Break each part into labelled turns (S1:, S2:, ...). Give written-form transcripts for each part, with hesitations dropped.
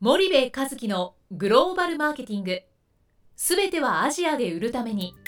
S1: 森部一樹のグローバルマーケティング、すべてはアジアで売るために。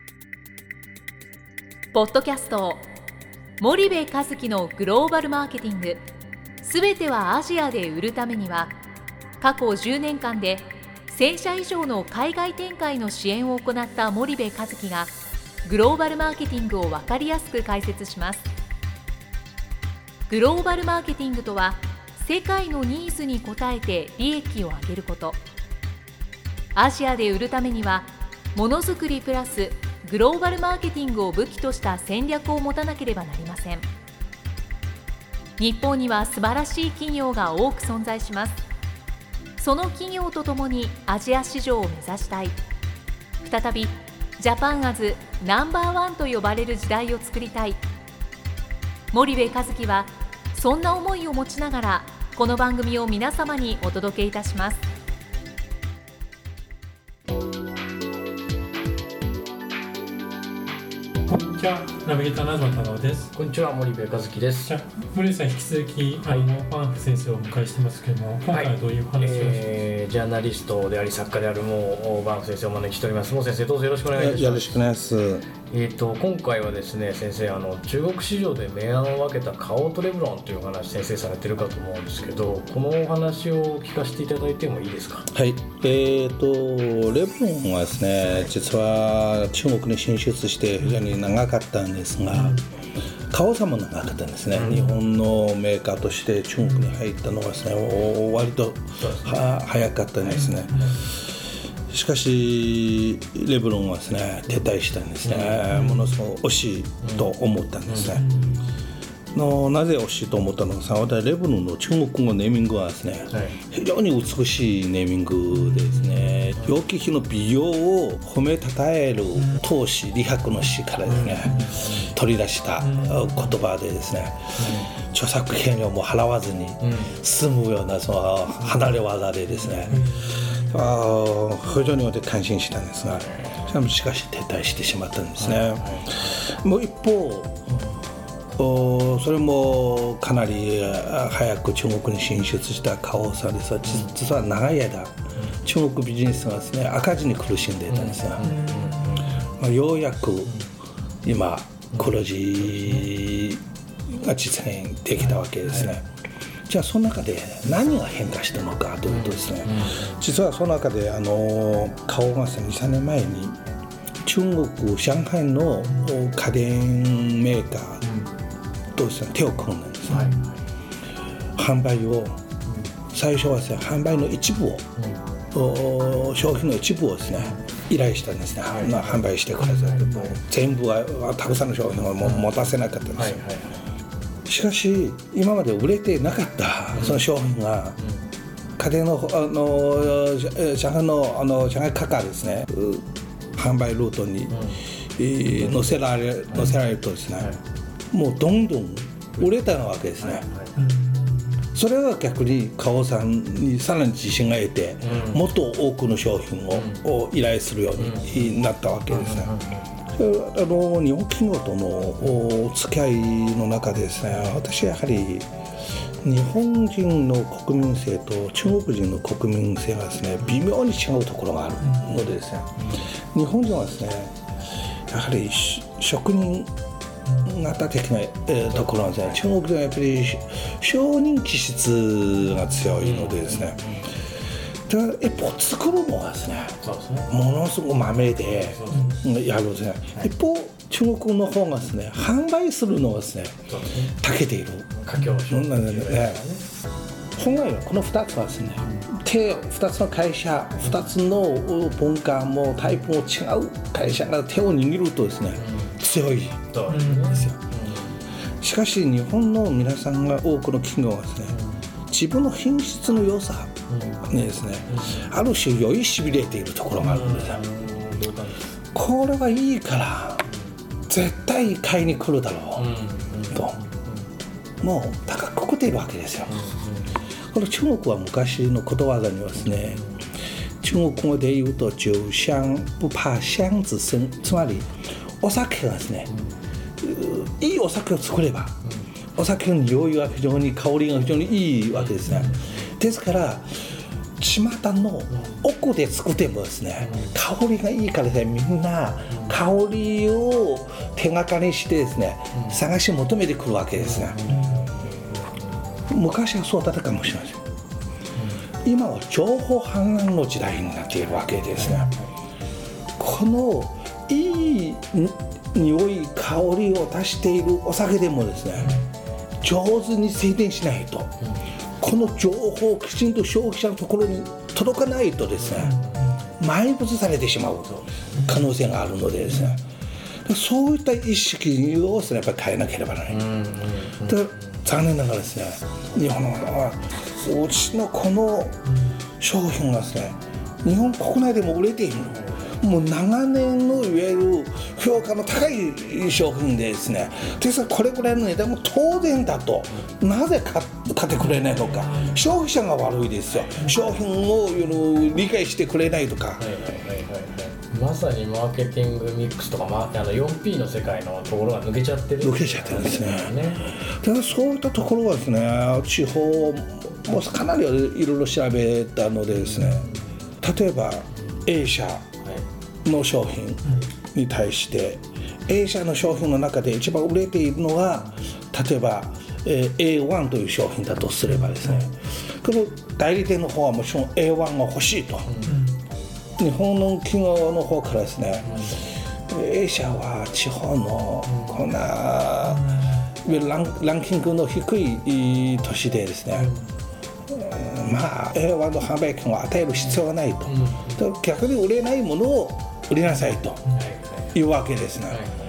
S1: ポッドキャスト森部一樹のグローバルマーケティング、すべてはアジアで売るためには、過去10年間で1000社以上の海外展開の支援を行った森部一樹がグローバルマーケティングを分かりやすく解説します。グローバルマーケティングとは、世界のニーズに応えて利益を上げること。アジアで売るためには、ものづくりプラスグローバルマーケティングを武器とした戦略を持たなければなりません。日本には素晴らしい企業が多く存在します。その企業とともにアジア市場を目指したい。再びジャパンアズナンバーワンと呼ばれる時代を作りたい。森部一樹はそんな思いを持ちながら、この番組を皆様にお届けいたします。
S2: こんにちは、ナビゲーターの東太郎です。
S3: こんにちは、森部一樹です。
S2: じゃあ森部さん、引き続き、バンフ先生をお迎えしてますけれども、今回はどういうお話をしますか？
S3: ジャーナリストであり作家であるバンフ先生をお招きしております。先生、どうぞよろしくお願いいたします。
S4: よろしくお願いします。
S3: 今回はですね、先生、中国市場で明暗を分けたカオとレブロンというお話、先生されてるかと思うんですけど、このお話を聞かせていただいてもいいですか？
S4: はい、レブロンはですね、実は中国に進出して非常に長かったんですが、カオさんも長かったんですね。日本のメーカーとして中国に入ったのはですね、割と早かったんですね。しかしレブロンはですね、撤退したんですね。ものすごく惜しいと思ったんですね。なぜ惜しいと思ったのか、私レブロンの中国語のネーミングはですね、非常に美しいネーミングですね。楊貴妃の美容を褒めたたえる闘詩、李白の詩からですね、取り出した言葉でですね、著作権料も払わずに済むようなその離れ技でですね、非常に感心したんですが、しかし撤退してしまったんですね。もう一方、それもかなり早く中国に進出したカオさんですが、実は長い間中国ビジネスがですね、赤字に苦しんでいたんですが、ようやく今黒字が実現できたわけですね。じゃあその中で何が変化したのかというとですね、実はその中でカオが 2,3 年前に中国上海の家電メーカーとですね、手を組んだんですね。販売を最初はですね、販売の一部を、商品の一部をですね依頼したんですね。販売してください。全部はたくさんの商品を持たせなかったんですよ。しかし今まで売れてなかったその商品が家電の上海の上海カカですね、販売ルートに載せられるとですね、もうどんどん売れたわけですね。それは逆にカオさんにさらに自信が得て、もっと多くの商品を依頼するようになったわけですね。日本企業とのお付き合いの中でですね、私はやはり日本人の国民性と中国人の国民性がですね、微妙に違うところがあるのでですね、日本人はですね、やはり職人型的なところなんですね。中国人はやっぱり商人気質が強いのでですね、一方作るのはですね、ものすごく豆でやるんですね。一方中国の方がですね、販売するのはですね、長けている。本来はこの2つはですね、2つの会社、2つの文化もタイプも違う会社が手を握るとですね、強いんですよ。しかし日本の皆さんが多くの企業はですね、自分の品質の良さにですね、ある種酔いしびれているところがあるんですよ。これがいいから絶対買いに来るだろうと、もう高くくっているわけですよ。この中国は昔のことわざにはですね、中国語で言うと酒香不怕巷子深、つまりお酒がですね、いいお酒を作れば、お酒の匂いは非常に、香りが非常にいいわけですね。ですから巷の奥で作ってもですね、香りがいいからですね、みんな香りを手がかりにしてですね、探し求めてくるわけですね。昔はそうだったかもしれません。今は情報氾濫の時代になっているわけですね。このいい匂い香りを出しているお酒でもですね、上手に宣伝しないと、この情報をきちんと消費者のところに届かないとですね、埋没されてしまう可能性があるのでですね、そういった意識をですね、やっぱり変えなければならない。で、残念ながらですね、日本はうちのこの商品がですね、日本国内でも売れているの、もう長年のいわゆる評価の高い商品でですね、ですからこれぐらいの値段も当然だと、なぜ買ってくれないのか、消費者が悪いですよ、商品を理解してくれないとか。
S3: まさにマーケティングミックスとか、4P の世界のところが抜けちゃってるん
S4: ですね。だからそういったところはですね、地方もかなりいろいろ調べたのでですね、例えば A 社の商品に対して、A 社の商品の中で一番売れているのは、例えば A1 という商品だとすればですね、この代理店の方はもちろん A1 が欲しいと、日本の企業の方からですね、A 社は地方のこんなランキングの低い都市でですね、A1 の販売権を与える必要がないと、逆に売れないものを売りなさいというわけですね。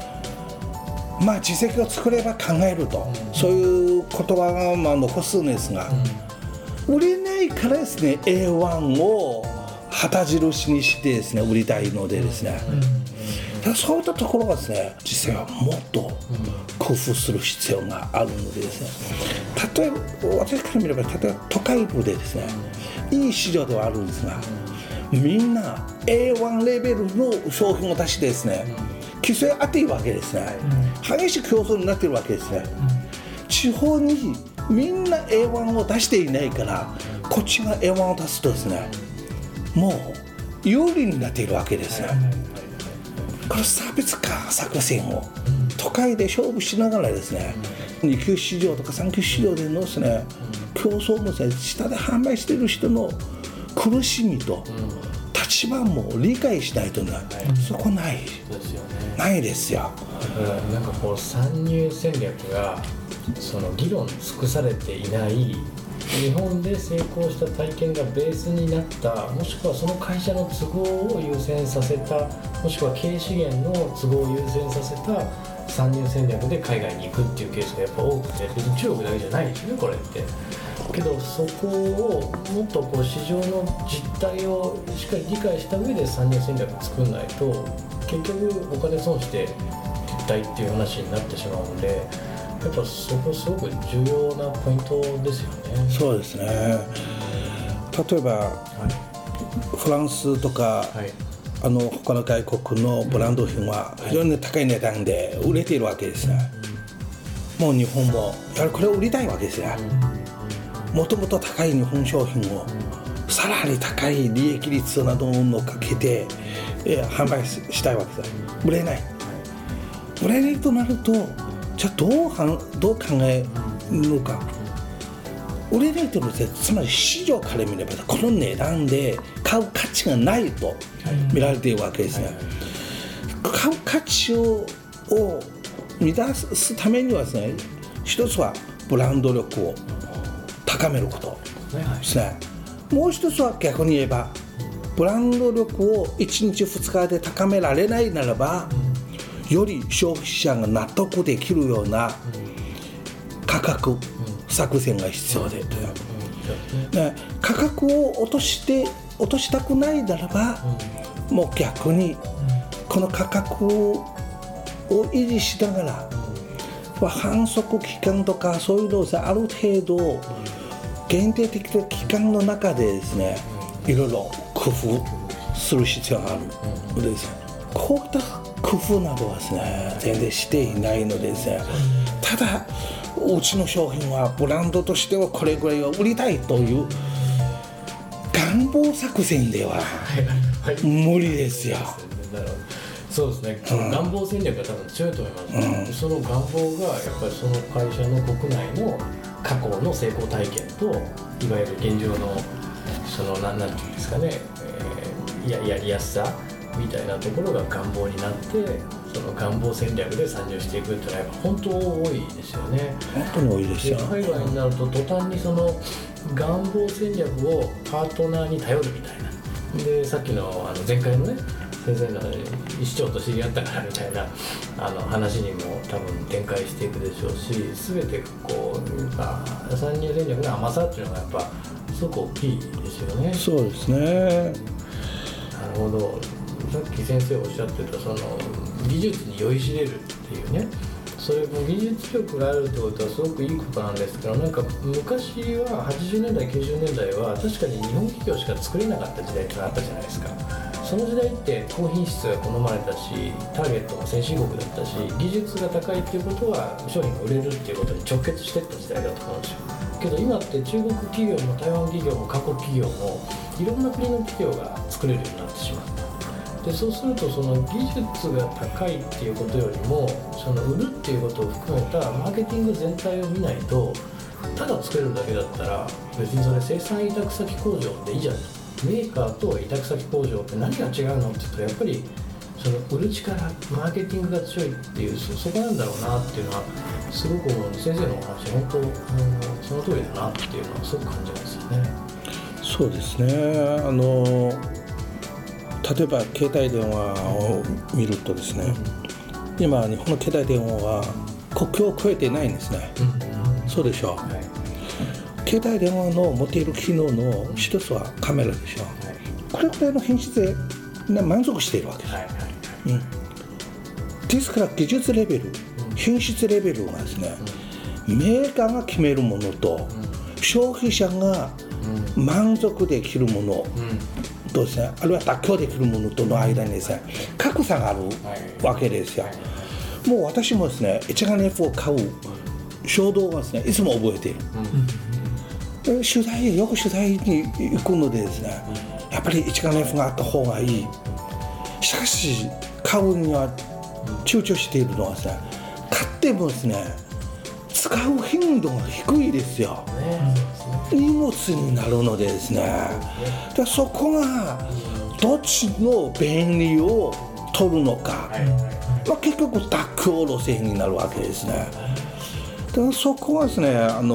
S4: 実績を作れば考えると、そういう言葉が残すんですが、売れないからですね、 A1 を旗印にしてですね、売りたいのでですね、そういったところがですね、実際はもっと工夫する必要があるのでですね、例えば私から見れば、例えば都会部でですね、いい市場ではあるんですが、みんな A1 レベルの商品を出してですね、競い合っているわけですね。激しい競争になっているわけですね。地方にみんな A1 を出していないから、こっちが A1 を出すとですね、もう有利になっているわけですね。この差別化作戦を都会で勝負しながらですね、2級市場とか3級市場でのですね、競争もですね、下で販売している人の苦しみと立場も理解しないとね、そこないですよ。
S3: なんかこう参入戦略がその議論尽くされていない、日本で成功した体験がベースになった、もしくはその会社の都合を優先させた、もしくは経営資源の都合を優先させた参入戦略で海外に行くっていうケースがやっぱ多くて、別に中国だけじゃないですね、これって。けどそこをもっとこう市場の実態をしっかり理解した上で参入戦略を作らないと、結局お金損して撤退っていう話になってしまうので、やっぱそこすごく重要なポイントですよね。
S4: そうですね。例えば、フランスとか、他の外国のブランド品は非常に高い値段で売れているわけですね。もう日本もやはりこれを売りたいわけですね。もともと高い日本商品をさらに高い利益率などを乗っかけて、販売したいわけです。売れないとなると、じゃあどう考えるのか。売れないというのは、つまり市場から見ればこの値段で買う価値がないと見られているわけですね。買う価値を満たすためにはですね、一つはブランド力を高めることですね。もう一つは逆に言えば、ブランド力を1日2日で高められないならば、より消費者が納得できるような価格作戦が必要で、価格を落としたくないならば、もう逆にこの価格を維持しながら、販促期間とかそういうのをある程度限定的な期間の中でですね、いろいろ工夫する必要があるのです。こういった工夫などはですね、全然していないのでですね、ただうちの商品はブランドとしてはこれぐらいは売りたいという願暴作戦では無理ですよ。
S3: そうですね、願望戦略が多分強いと思います、その願望がやっぱりその会社の国内の過去の成功体験といわゆる現状のそのなんていうんですかね、やりやすさみたいなところが願望になって、その願望戦略で参入していくっていうのはやっぱ本当多いですよね。
S4: 本当に多いですよ。
S3: 海外になると途端にその願望戦略をパートナーに頼るみたいなで、さっきの前回のね先生の市長と知り合ったからみたいな話にも多分展開していくでしょうし、全てこう参入戦略の甘さっていうのがやっぱすごく大きいですよね。
S4: そうですね。なる
S3: ほど。さっき先生おっしゃってたその技術に酔いしれるっていうね、それも技術力があるってことはすごくいいことなんですけど、なんか昔は80年代90年代は確かに日本企業しか作れなかった時代ってのがあったじゃないですか。その時代って高品質が好まれたし、ターゲットも先進国だったし、技術が高いっていうことは商品が売れるっていうことに直結していった時代だと思うんですよ。けど今って中国企業も台湾企業も韓国企業もいろんな国の企業が作れるようになってしまった。でそうするとその技術が高いっていうことよりもその売るっていうことを含めたマーケティング全体を見ないと、ただ作れるだけだったら別にそれ生産委託先工場でいいじゃんと。メーカーと委託先工場って何が違うのって言うと、やっぱりその売る力、マーケティングが強いっていうそこなんだろうなっていうのはすごく思うので、先生のお話本当その通りだなっていうのはすごく感じますよね。
S4: そうですね。例えば携帯電話を見るとですね、今日本の携帯電話は国境を越えてないんですね、そうでしょう、携帯電話の持っている機能の一つはカメラでしょ、これくらいの品質で満足しているわけです、ですから技術レベル、品質レベルがですね、メーカーが決めるものと消費者が満足できるものとですね、あるいは妥協できるものとの間にですね、格差があるわけですよ。もう私もですね、一眼レフを買う衝動がですね、いつも覚えている、よく取材に行くのでですね、やっぱり一眼レフがあった方がいい。しかし買うには躊躇しているのはですね、買ってもですね、使う頻度が低いですよ、荷物になるのでですね、でそこがどっちの便利を取るのか、結局妥協路線になるわけですね。でそこはですね、日本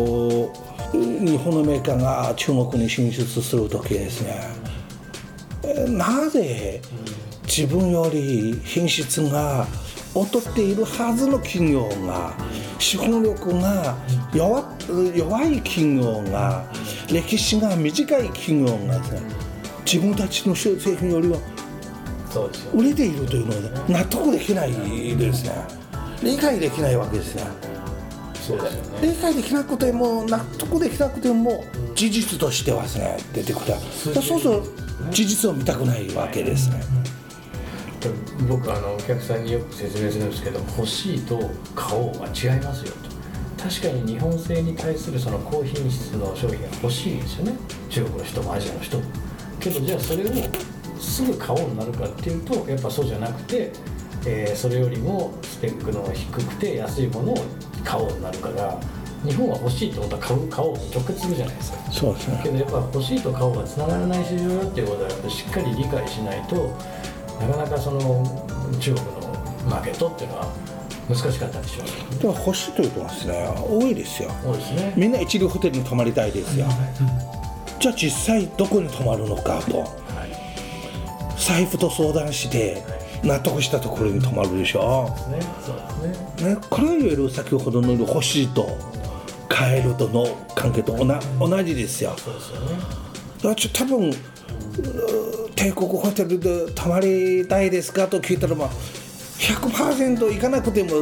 S4: のメーカーが中国に進出するときですね、なぜ自分より品質が劣っているはずの企業が、資本力が弱い企業が、歴史が短い企業がですね、自分たちの製品よりは売れているというのは納得できないですね。理解できないわけですね。
S3: そうですよね。
S4: 理解できなくても納得できなくても事実としてはですね出てくる。そうすると事実を見たくないわけですね。
S3: 僕お客さんによく説明するんですけど、欲しいと買おうは違いますよと。確かに日本製に対するその高品質の商品が欲しいんですよね、中国の人もアジアの人も。けどじゃあそれをすぐ買おうになるかっていうと、やっぱそうじゃなくて、それよりもスペックの低くて安いものを買おうになるから、日本は欲しいと思ったら買おうに直結するじゃないですか。
S4: そうですね。
S3: けどやっぱ欲しいと買おうがつながらない市場だっていうことはやっぱしっかり理解しないと、なかなかその中国のマーケットっていうのは難しかったりします、ね。
S4: でも欲しいというのはですね、多いですよ。
S3: 多いですね。
S4: みんな一流ホテルに泊まりたいですよ。じゃあ実際どこに泊まるのかと、財布と相談して納得したところに泊まるでしょ。そうですね。これはいわゆる先ほどの欲しいと買えるとの関係と同じですよ。そうですよね。だから多分帝国ホテルで泊まりたいですかと聞いたら、100% 行かなくても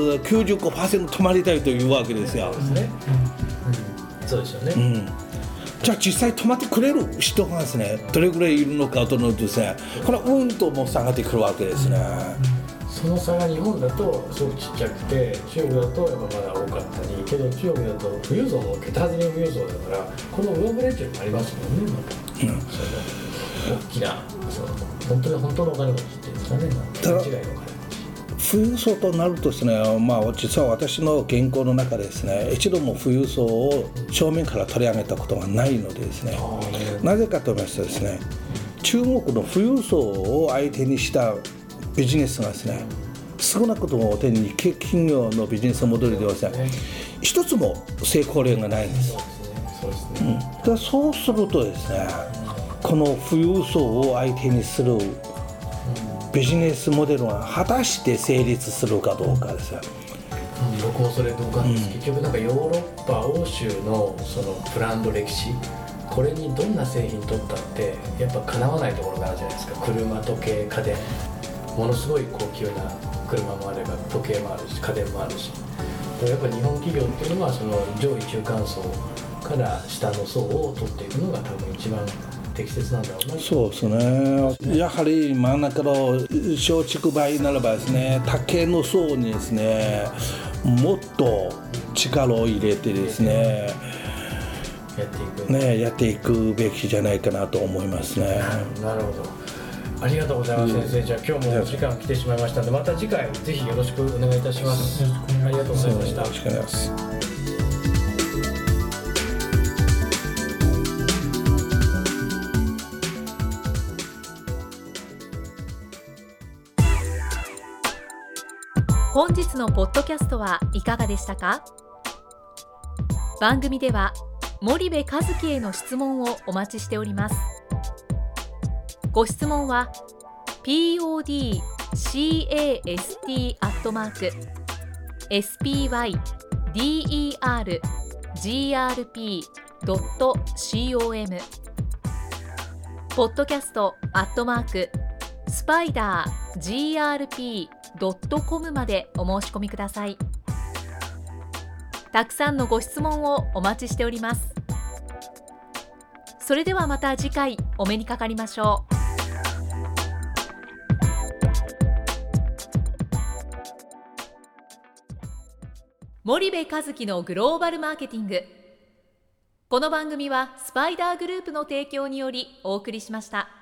S4: 95% 泊まりたいというわけですよ。
S3: そうですね。そうですよね。
S4: じゃあ実際泊まってくれる人がですね、どれぐらいいるのかとのですね、これはともう下がってくるわけですね。
S3: その差が日本だとすごくちっちゃくて、中国だとやっぱまだ多かったり、けど中国だと富裕層も桁外れの富裕層だから、この上振れっていうのもありますもんね。 きなその本当のお金持ちっていうんですかね、間違いのお金持ち。
S4: 富裕層となるとですね、実は私の原稿の中でですね、一度も富裕層を正面から取り上げたことがないのでですね、なぜかと言いますとですね、中国の富裕層を相手にしたビジネスがですね、少なくとも日系企業のビジネスモデルではですね、一つも成功例がないんです。そうするとですね、この富裕層を相手にするビジネスモデルが果たして成立するかどうかですよ。
S3: 僕もそれ同感です。結局なんかヨーロッパ欧州のそのブランド歴史、これにどんな製品取ったってやっぱかなわないところがあるじゃないですか。車、時計、家電、ものすごい高級な車もあれば時計もあるし家電もあるし、やっぱ日本企業っていうのはその上位中間層から下の層を取っていくのが多分一番適切なんだろうな。
S4: そうですね。やはり真ん中の松竹梅ならばですね、竹の層にですね、もっと力を入れてですね、やっていくべきじゃないかなと思いますね。
S3: なるほど。ありがとうございます、先生。じゃあ今日もお時間来てしまいましたので、また次回ぜひよろしくお願いいたします。ありがとうございました。
S4: よろしくお願いします。
S1: 本日のポッドキャストはいかがでしたか？番組では森部一樹への質問をお待ちしております。ご質問は podcast@spydergrp.com podcast@spidergrp.com までお申し込みください。たくさんのご質問をお待ちしております。それではまた次回お目にかかりましょう。森部一樹のグローバルマーケティング。この番組はスパイダーグループの提供によりお送りしました。